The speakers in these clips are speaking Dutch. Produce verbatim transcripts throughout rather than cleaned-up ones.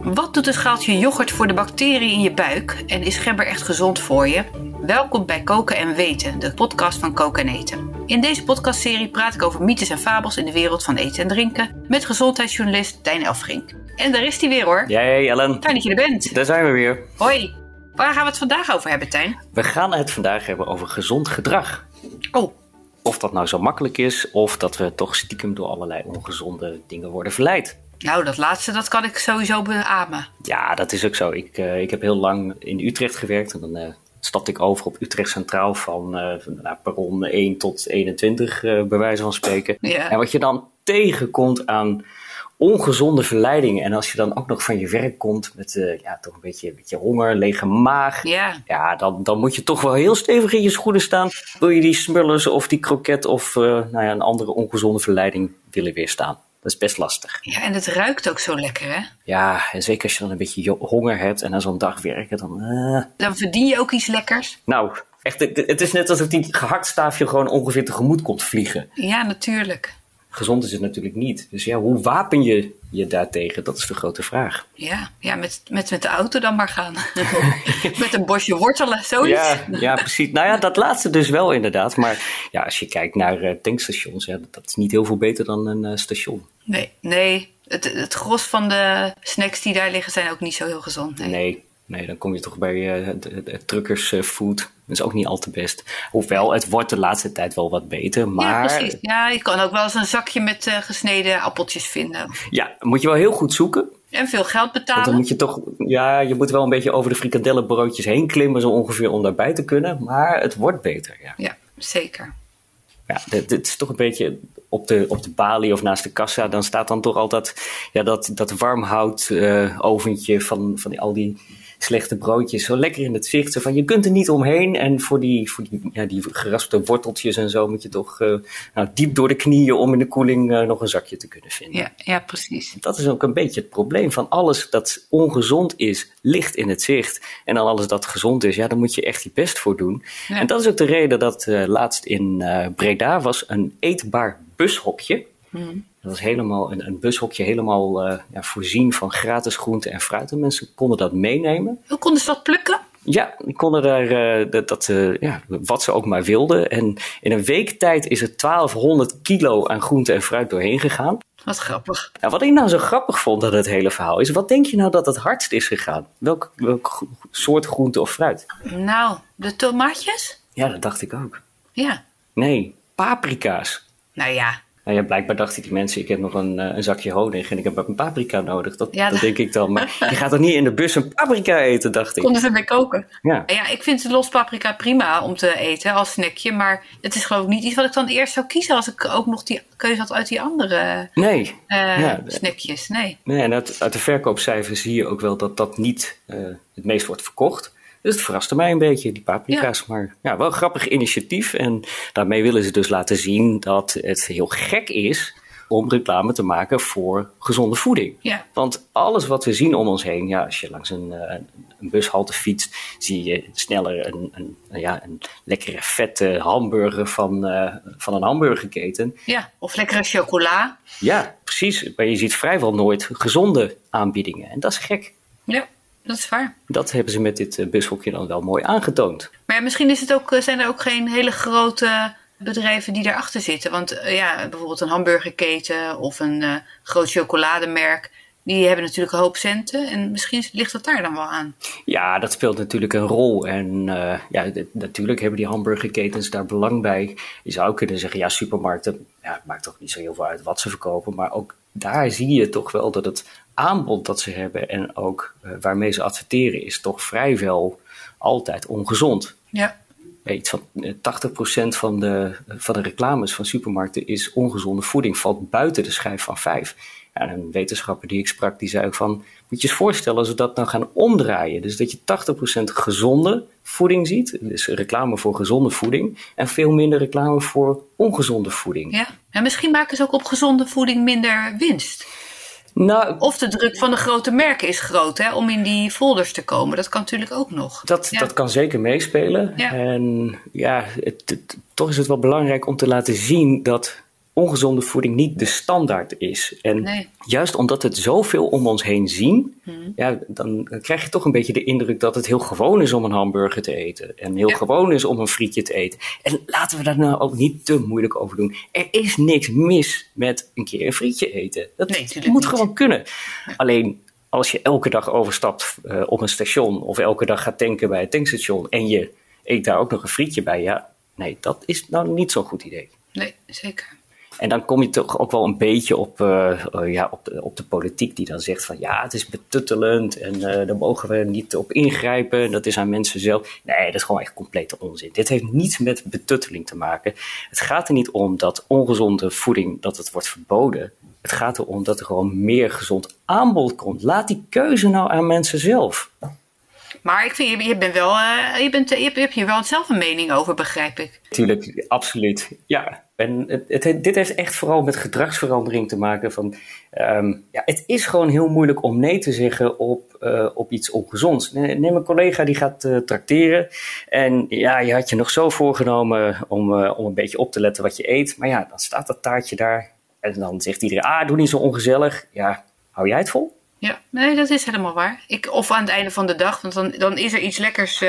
Wat doet een schaaltje yoghurt voor de bacteriën in je buik en is gember echt gezond voor je? Welkom bij Koken en Weten, de podcast van Koken en Eten. In deze podcastserie praat ik over mythes en fabels in de wereld van eten en drinken met gezondheidsjournalist Tijn Elfrink. En daar is hij weer hoor. Jij, Ellen. Fijn dat je er bent. Daar zijn we weer. Hoi. Waar gaan we het vandaag over hebben, Tijn? We gaan het vandaag hebben over gezond gedrag. Oh. Of dat nou zo makkelijk is, of dat we toch stiekem door allerlei ongezonde dingen worden verleid. Nou, dat laatste, dat kan ik sowieso beamen. Ja, dat is ook zo. Ik, uh, ik heb heel lang in Utrecht gewerkt en dan uh, stapte ik over op Utrecht Centraal van uh, nou, perron één tot eenentwintig, uh, bij wijze van spreken. Ja. En wat je dan tegenkomt aan ongezonde verleidingen. En als je dan ook nog van je werk komt met uh, ja, toch een beetje, een beetje honger, lege maag. Ja. Ja, dan, dan moet je toch wel heel stevig in je schoenen staan. Wil je die smullers of die kroket of uh, nou ja, een andere ongezonde verleiding willen weerstaan. Dat is best lastig. Ja, en het ruikt ook zo lekker, hè? Ja, en zeker als je dan een beetje honger hebt en na zo'n dag werken, dan... Uh... Dan verdien je ook iets lekkers. Nou, echt, het, het is net alsof die gehaktstaafje gewoon ongeveer tegemoet komt vliegen. Ja, natuurlijk. Gezond is het natuurlijk niet. Dus ja, hoe wapen je je daartegen? Dat is de grote vraag. Ja, ja met, met, met de auto dan maar gaan. Met een bosje wortelen, zoiets. Ja, ja, precies. Nou ja, dat laatste dus wel inderdaad. Maar ja, als je kijkt naar uh, tankstations, ja, dat is niet heel veel beter dan een uh, station. Nee, nee. Het, het gros van de snacks die daar liggen zijn ook niet zo heel gezond. Nee, nee, nee dan kom je toch bij uh, de, de truckersfood. Uh, dat is ook niet al te best. Hoewel, het wordt de laatste tijd wel wat beter. Maar... Ja, precies. Ja, je kan ook wel eens een zakje met uh, gesneden appeltjes vinden. Ja, moet je wel heel goed zoeken. En veel geld betalen. Want dan moet je toch, ja, je moet wel een beetje over de frikadellenbroodjes heen klimmen, zo ongeveer, om daarbij te kunnen. Maar het wordt beter, ja. Ja, zeker. Ja, dit is toch een beetje op de, op de balie of naast de kassa. Dan staat dan toch altijd ja, dat, dat warmhout uh, oventje van, van die, al die slechte broodjes zo lekker in het zicht. Zo van, je kunt er niet omheen. En voor die, voor die, ja, die geraspte worteltjes en zo moet je toch uh, nou, diep door de knieën om in de koeling uh, nog een zakje te kunnen vinden. Ja, ja, precies. Dat is ook een beetje het probleem van alles dat ongezond is, ligt in het zicht. En dan alles dat gezond is, ja, daar moet je echt je best voor doen. Ja. En dat is ook de reden dat uh, laatst in uh, Breda was een eetbaar bushokje. Hmm. Dat was helemaal een, een bushokje, helemaal uh, ja, voorzien van gratis groente en fruit. En mensen konden dat meenemen. Hoe konden ze dat plukken? Ja, die konden daar uh, dat, dat, uh, ja, wat ze ook maar wilden. En in een week tijd is er twaalfhonderd kilo aan groente en fruit doorheen gegaan. Wat grappig. Nou, wat ik nou zo grappig vond aan het hele verhaal is, wat denk je nou dat het hardst is gegaan? Welk, welk soort groente of fruit? Nou, de tomaatjes? Ja, dat dacht ik ook. Ja. Nee, paprika's. Nou ja. Nou ja, blijkbaar dachten die mensen, ik heb nog een, een zakje honing en ik heb een paprika nodig. Dat, ja, dat denk ik dan. Maar je gaat toch niet in de bus een paprika eten, dacht ik. Konden ze ermee koken? Ja. Ja, ik vind los paprika prima om te eten als snackje. Maar het is geloof ik niet iets wat ik dan eerst zou kiezen als ik ook nog die keuze had uit die andere nee. uh, ja. snackjes. Nee. Nee, en uit, uit de verkoopcijfers zie je ook wel dat dat niet uh, het meest wordt verkocht. Dus het verraste mij een beetje, die paprika's. Ja. Maar ja, wel een grappig initiatief. En daarmee willen ze dus laten zien dat het heel gek is om reclame te maken voor gezonde voeding. Ja. Want alles wat we zien om ons heen, ja, als je langs een, een bushalte fietst, zie je sneller een, een, ja, een lekkere vette hamburger van, uh, van een hamburgerketen. Ja, of lekkere chocola. Ja, precies. Maar je ziet vrijwel nooit gezonde aanbiedingen. En dat is gek. Ja. Dat is waar. Dat hebben ze met dit bushokje dan wel mooi aangetoond. Maar ja, misschien is het ook, zijn er ook geen hele grote bedrijven die daarachter zitten. Want uh, ja, bijvoorbeeld een hamburgerketen of een uh, groot chocolademerk. Die hebben natuurlijk een hoop centen. En misschien ligt dat daar dan wel aan. Ja, dat speelt natuurlijk een rol. En uh, ja, d- natuurlijk hebben die hamburgerketens daar belang bij. Je zou kunnen zeggen, ja, supermarkten, ja, het maakt toch niet zo heel veel uit wat ze verkopen. Maar ook daar zie je toch wel dat het aanbod dat ze hebben en ook uh, waarmee ze adverteren is toch vrijwel altijd ongezond. Ja. Iets van tachtig procent van de, van de reclames van supermarkten is ongezonde voeding, valt buiten de schijf van vijf. Ja, en een wetenschapper die ik sprak, die zei ook van, moet je eens voorstellen als we dat nou gaan omdraaien. Dus dat je tachtig procent gezonde voeding ziet, dus reclame voor gezonde voeding, en veel minder reclame voor ongezonde voeding. Ja, en misschien maken ze ook op gezonde voeding minder winst. Nou, of de druk van de grote merken is groot, hè, om in die folders te komen. Dat kan natuurlijk ook nog. Dat, ja. dat kan zeker meespelen. Ja. En ja, het, het, toch is het wel belangrijk om te laten zien dat ongezonde voeding niet de standaard is. En nee. juist omdat we het zoveel om ons heen zien, hmm. ja, dan krijg je toch een beetje de indruk dat het heel gewoon is om een hamburger te eten. En heel ja. gewoon is om een frietje te eten. En laten we daar nou ook niet te moeilijk over doen. Er is niks mis met een keer een frietje eten. Dat nee, moet niet. gewoon kunnen. Ja. Alleen als je elke dag overstapt uh, op een station of elke dag gaat tanken bij het tankstation en je eet daar ook nog een frietje bij, ja, nee, dat is nou niet zo'n goed idee. Nee, zeker. En dan kom je toch ook wel een beetje op, uh, uh, ja, op, de, op de politiek die dan zegt van ja, het is betuttelend en uh, daar mogen we niet op ingrijpen. Dat is aan mensen zelf. Nee, dat is gewoon echt complete onzin. Dit heeft niets met betutteling te maken. Het gaat er niet om dat ongezonde voeding, dat het wordt verboden. Het gaat erom dat er gewoon meer gezond aanbod komt. Laat die keuze nou aan mensen zelf. Maar ik vind, je bent wel, uh, je, bent, je hebt hier wel zelf een mening over, begrijp ik. Tuurlijk, absoluut. Ja, en het, het, dit heeft echt vooral met gedragsverandering te maken. Van, um, ja, het is gewoon heel moeilijk om nee te zeggen op, uh, op iets ongezonds. Neem een collega die gaat uh, trakteren. En ja, je had je nog zo voorgenomen om, uh, om een beetje op te letten wat je eet. Maar ja, dan staat dat taartje daar. En dan zegt iedereen, ah, doe niet zo ongezellig. Ja, hou jij het vol? Ja, nee, dat is helemaal waar. Ik, of aan het einde van de dag, want dan, dan is er iets lekkers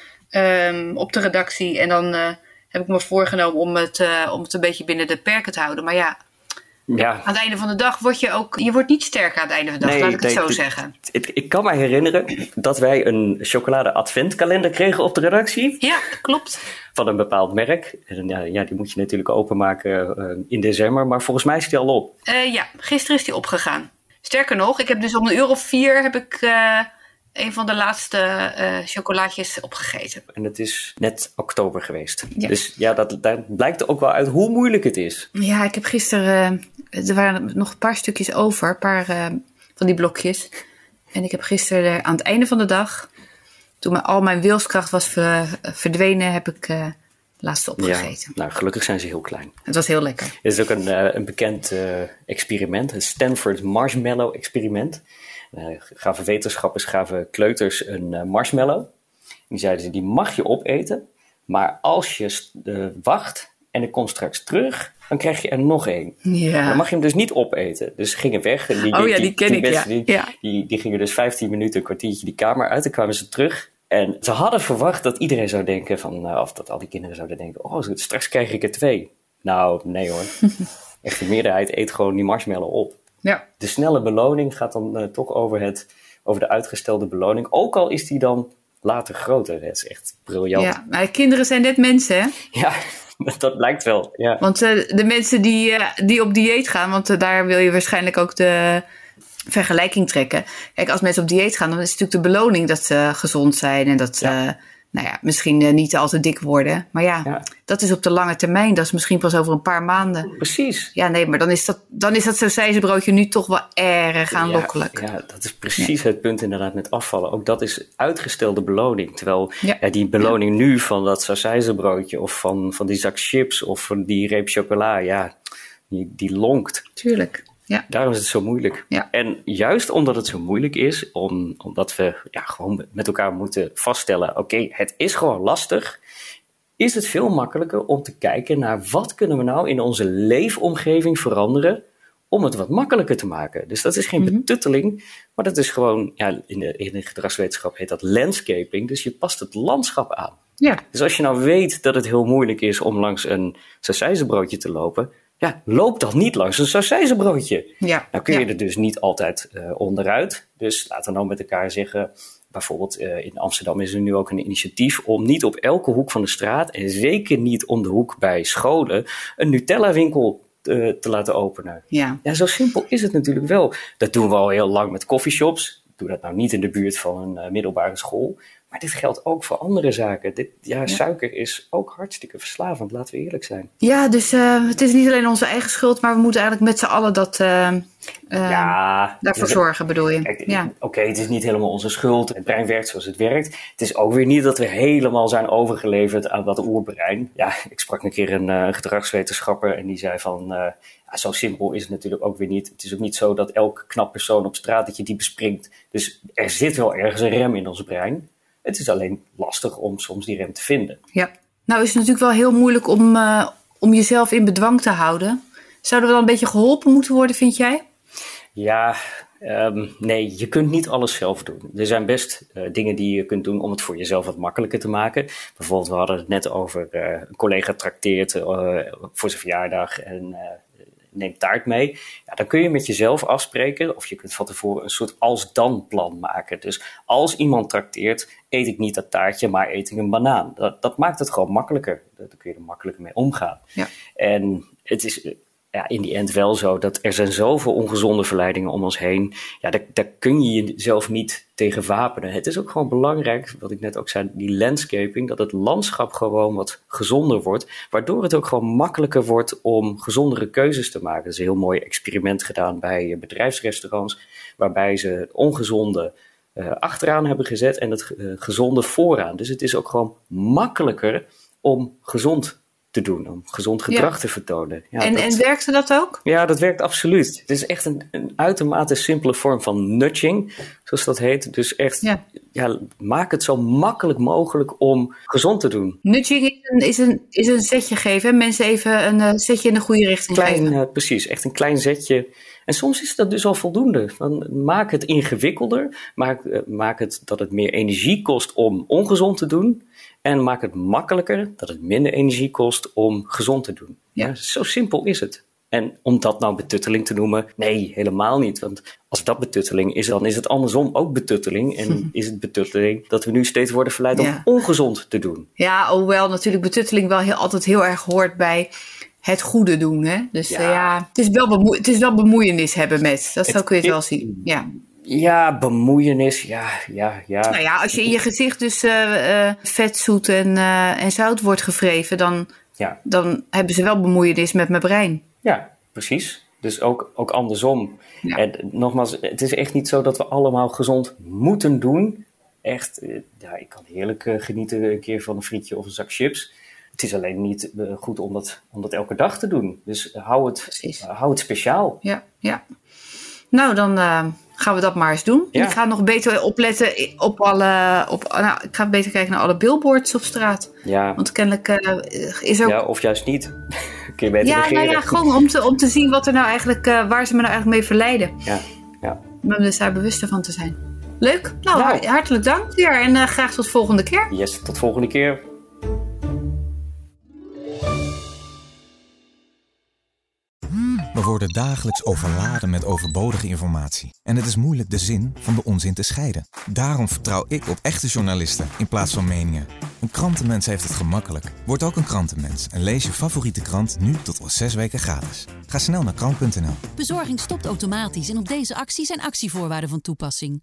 uh, um, op de redactie. En dan uh, heb ik me voorgenomen om het, uh, om het een beetje binnen de perken te houden. Maar ja, ja, aan het einde van de dag word je ook, je wordt niet sterker aan het einde van de dag, nee, laat ik nee, het zo nee, zeggen. Ik, ik kan me herinneren dat wij een chocolade adventkalender kregen op de redactie. Ja, klopt. Van een bepaald merk. En ja, ja, die moet je natuurlijk openmaken uh, in december. Maar volgens mij is die al op. Uh, ja, gisteren is die opgegaan. Sterker nog, ik heb dus om een uur of vier heb ik uh, een van de laatste uh, chocolaatjes opgegeten. En het is net oktober geweest. Ja. Dus ja, dat, dat blijkt ook wel uit hoe moeilijk het is. Ja, ik heb gisteren, uh, er waren nog een paar stukjes over, een paar uh, van die blokjes. En ik heb gisteren uh, aan het einde van de dag, toen mijn, al mijn wilskracht was ver, uh, verdwenen, heb ik uh, de laatste opgegeten. Ja, nou, gelukkig zijn ze heel klein. Het was heel lekker. Er is ook een, uh, een bekend uh, experiment, het Stanford Marshmallow Experiment. Uh, gaven wetenschappers gaven kleuters een uh, marshmallow. Die zeiden ze, die mag je opeten, maar als je uh, wacht en ik kom straks terug, dan krijg je er nog één. Ja. Dan mag je hem dus niet opeten. Dus ze gingen weg. En die, oh ja, die, die ken die ik, mensen, ja. Die, ja. Die, die gingen dus vijftien minuten, een kwartiertje die kamer uit. Dan kwamen ze terug. En ze hadden verwacht dat iedereen zou denken van, uh, of dat al die kinderen zouden denken, oh, straks krijg ik er twee. Nou, nee hoor. Echt de meerderheid eet gewoon die marshmallow op. Ja. De snelle beloning gaat dan uh, toch over, het, over de uitgestelde beloning. Ook al is die dan later groter. Dat is echt briljant. Ja, maar kinderen zijn net mensen, hè? Ja, dat blijkt wel. Ja. Want uh, de mensen die, uh, die op dieet gaan, want uh, daar wil je waarschijnlijk ook de vergelijking trekken. Kijk, als mensen op dieet gaan, dan is het natuurlijk de beloning dat ze gezond zijn en dat ze ja. uh, nou ja, misschien uh, niet al te dik worden. Maar ja, ja, dat is op de lange termijn. Dat is misschien pas over een paar maanden. Precies. Ja, nee, maar dan is dat, dan is dat sausijzenbroodje nu toch wel erg aanlokkelijk. Ja, ja, dat is precies ja. het punt inderdaad met afvallen. Ook dat is uitgestelde beloning. Terwijl ja. Ja, die beloning ja. nu van dat sausijzenbroodje of van, van die zak chips of van die reep chocola, ja, die, die lonkt. Tuurlijk. Ja. Daarom is het zo moeilijk. Ja. En juist omdat het zo moeilijk is, om, omdat we ja, gewoon met elkaar moeten vaststellen, oké, okay, het is gewoon lastig, is het veel makkelijker om te kijken naar wat kunnen we nou in onze leefomgeving veranderen om het wat makkelijker te maken. Dus dat is geen mm-hmm. betutteling, maar dat is gewoon, ja, in de, in de gedragswetenschap heet dat landscaping, dus je past het landschap aan. Ja. Dus als je nou weet dat het heel moeilijk is om langs een sausijzenbroodje te lopen, ja, loop dan niet langs een sausijzenbroodje. Ja. Nou kun je ja. er dus niet altijd uh, onderuit. Dus laten we nou met elkaar zeggen, bijvoorbeeld uh, in Amsterdam is er nu ook een initiatief om niet op elke hoek van de straat en zeker niet om de hoek bij scholen een Nutella-winkel uh, te laten openen. Ja. Ja, zo simpel is het natuurlijk wel. Dat doen we al heel lang met coffeeshops. Doe dat nou niet in de buurt van een uh, middelbare school. Maar dit geldt ook voor andere zaken. Dit, ja, ja, suiker is ook hartstikke verslavend, laten we eerlijk zijn. Ja, dus uh, het is niet alleen onze eigen schuld, maar we moeten eigenlijk met z'n allen dat, uh, uh, ja, daarvoor zorgen, bedoel je? Ja. Oké, okay, het is niet helemaal onze schuld. Het brein werkt zoals het werkt. Het is ook weer niet dat we helemaal zijn overgeleverd aan dat oerbrein. Ja, ik sprak een keer een uh, gedragswetenschapper en die zei van, uh, ja, zo simpel is het natuurlijk ook weer niet. Het is ook niet zo dat elke knap persoon op straat dat je die bespringt. Dus er zit wel ergens een rem in ons brein. Het is alleen lastig om soms die rem te vinden. Ja, nou is het natuurlijk wel heel moeilijk om, uh, om jezelf in bedwang te houden. Zouden we dan een beetje geholpen moeten worden, vind jij? Ja, um, nee, je kunt niet alles zelf doen. Er zijn best uh, dingen die je kunt doen om het voor jezelf wat makkelijker te maken. Bijvoorbeeld, we hadden het net over uh, een collega trakteert uh, voor zijn verjaardag en uh, neemt taart mee. Ja, dan kun je met jezelf afspreken of je kunt van tevoren een soort als-dan plan maken. Dus als iemand trakteert, eet ik niet dat taartje, maar eet ik een banaan. Dat, dat maakt het gewoon makkelijker. Daar kun je er makkelijker mee omgaan. Ja. En het is ja, in die end wel zo dat er zijn zoveel ongezonde verleidingen om ons heen. Ja, daar, daar kun je jezelf niet tegen wapenen. Het is ook gewoon belangrijk, wat ik net ook zei, die landscaping, dat het landschap gewoon wat gezonder wordt, waardoor het ook gewoon makkelijker wordt om gezondere keuzes te maken. Er is een heel mooi experiment gedaan bij bedrijfsrestaurants, waarbij ze ongezonde uh, achteraan hebben gezet en het uh, gezonde vooraan. Dus het is ook gewoon makkelijker om gezond te doen, om gezond gedrag ja. te vertonen. Ja, en, dat, en werkte dat ook? Ja, dat werkt absoluut. Het is echt een, een uitermate simpele vorm van nudging, zoals dat heet. Dus echt, ja. Ja, maak het zo makkelijk mogelijk om gezond te doen. Nudging is een, is een, is een zetje geven, hè? Mensen even een uh, zetje in de goede richting klein, geven. Uh, precies, echt een klein zetje. En soms is dat dus al voldoende. Dan maak het ingewikkelder, maak, uh, maak het dat het meer energie kost om ongezond te doen. En maak het makkelijker dat het minder energie kost om gezond te doen. Ja. Ja, zo simpel is het. En om dat nou betutteling te noemen, nee, helemaal niet. Want als dat betutteling is, dan is het andersom ook betutteling. En hm. is het betutteling dat we nu steeds worden verleid om ja. ongezond te doen. Ja, hoewel natuurlijk betutteling wel heel, altijd heel erg hoort bij het goede doen. Hè? Dus ja, uh, ja het, is wel bemoe- het is wel bemoeienis hebben met. Dat zo kun je het wel zien. Ja. Ja, bemoeienis, ja, ja, ja. Nou ja, als je in je gezicht dus uh, uh, vet, zoet en, uh, en zout wordt gevreven, dan, ja. dan hebben ze wel bemoeienis met mijn brein. Ja, precies. Dus ook, ook andersom. Ja. En nogmaals, het is echt niet zo dat we allemaal gezond moeten doen. Echt, uh, ja, ik kan heerlijk uh, genieten een keer van een frietje of een zak chips. Het is alleen niet uh, goed om dat, om dat elke dag te doen. Dus uh, hou, het, uh, hou het speciaal. Ja, ja. Nou, dan uh, gaan we dat maar eens doen. Ja. Ik ga nog beter opletten op alle... Op, nou, ik ga beter kijken naar alle billboards op straat. Ja. Want kennelijk uh, is ook... Ja, of juist niet. Kun je beter ja, negeren. nou ja, gewoon om te, om te zien wat er nou eigenlijk, uh, waar ze me nou eigenlijk mee verleiden. Ja, ja. Om dus daar bewuster van te zijn. Leuk. Nou, nou. hartelijk dank weer. En uh, graag tot volgende keer. Yes, tot volgende keer. We worden dagelijks overladen met overbodige informatie. En het is moeilijk de zin van de onzin te scheiden. Daarom vertrouw ik op echte journalisten in plaats van meningen. Een krantenmens heeft het gemakkelijk. Word ook een krantenmens en lees je favoriete krant nu tot al zes weken gratis. Ga snel naar krant punt n l. Bezorging stopt automatisch en op deze actie zijn actievoorwaarden van toepassing.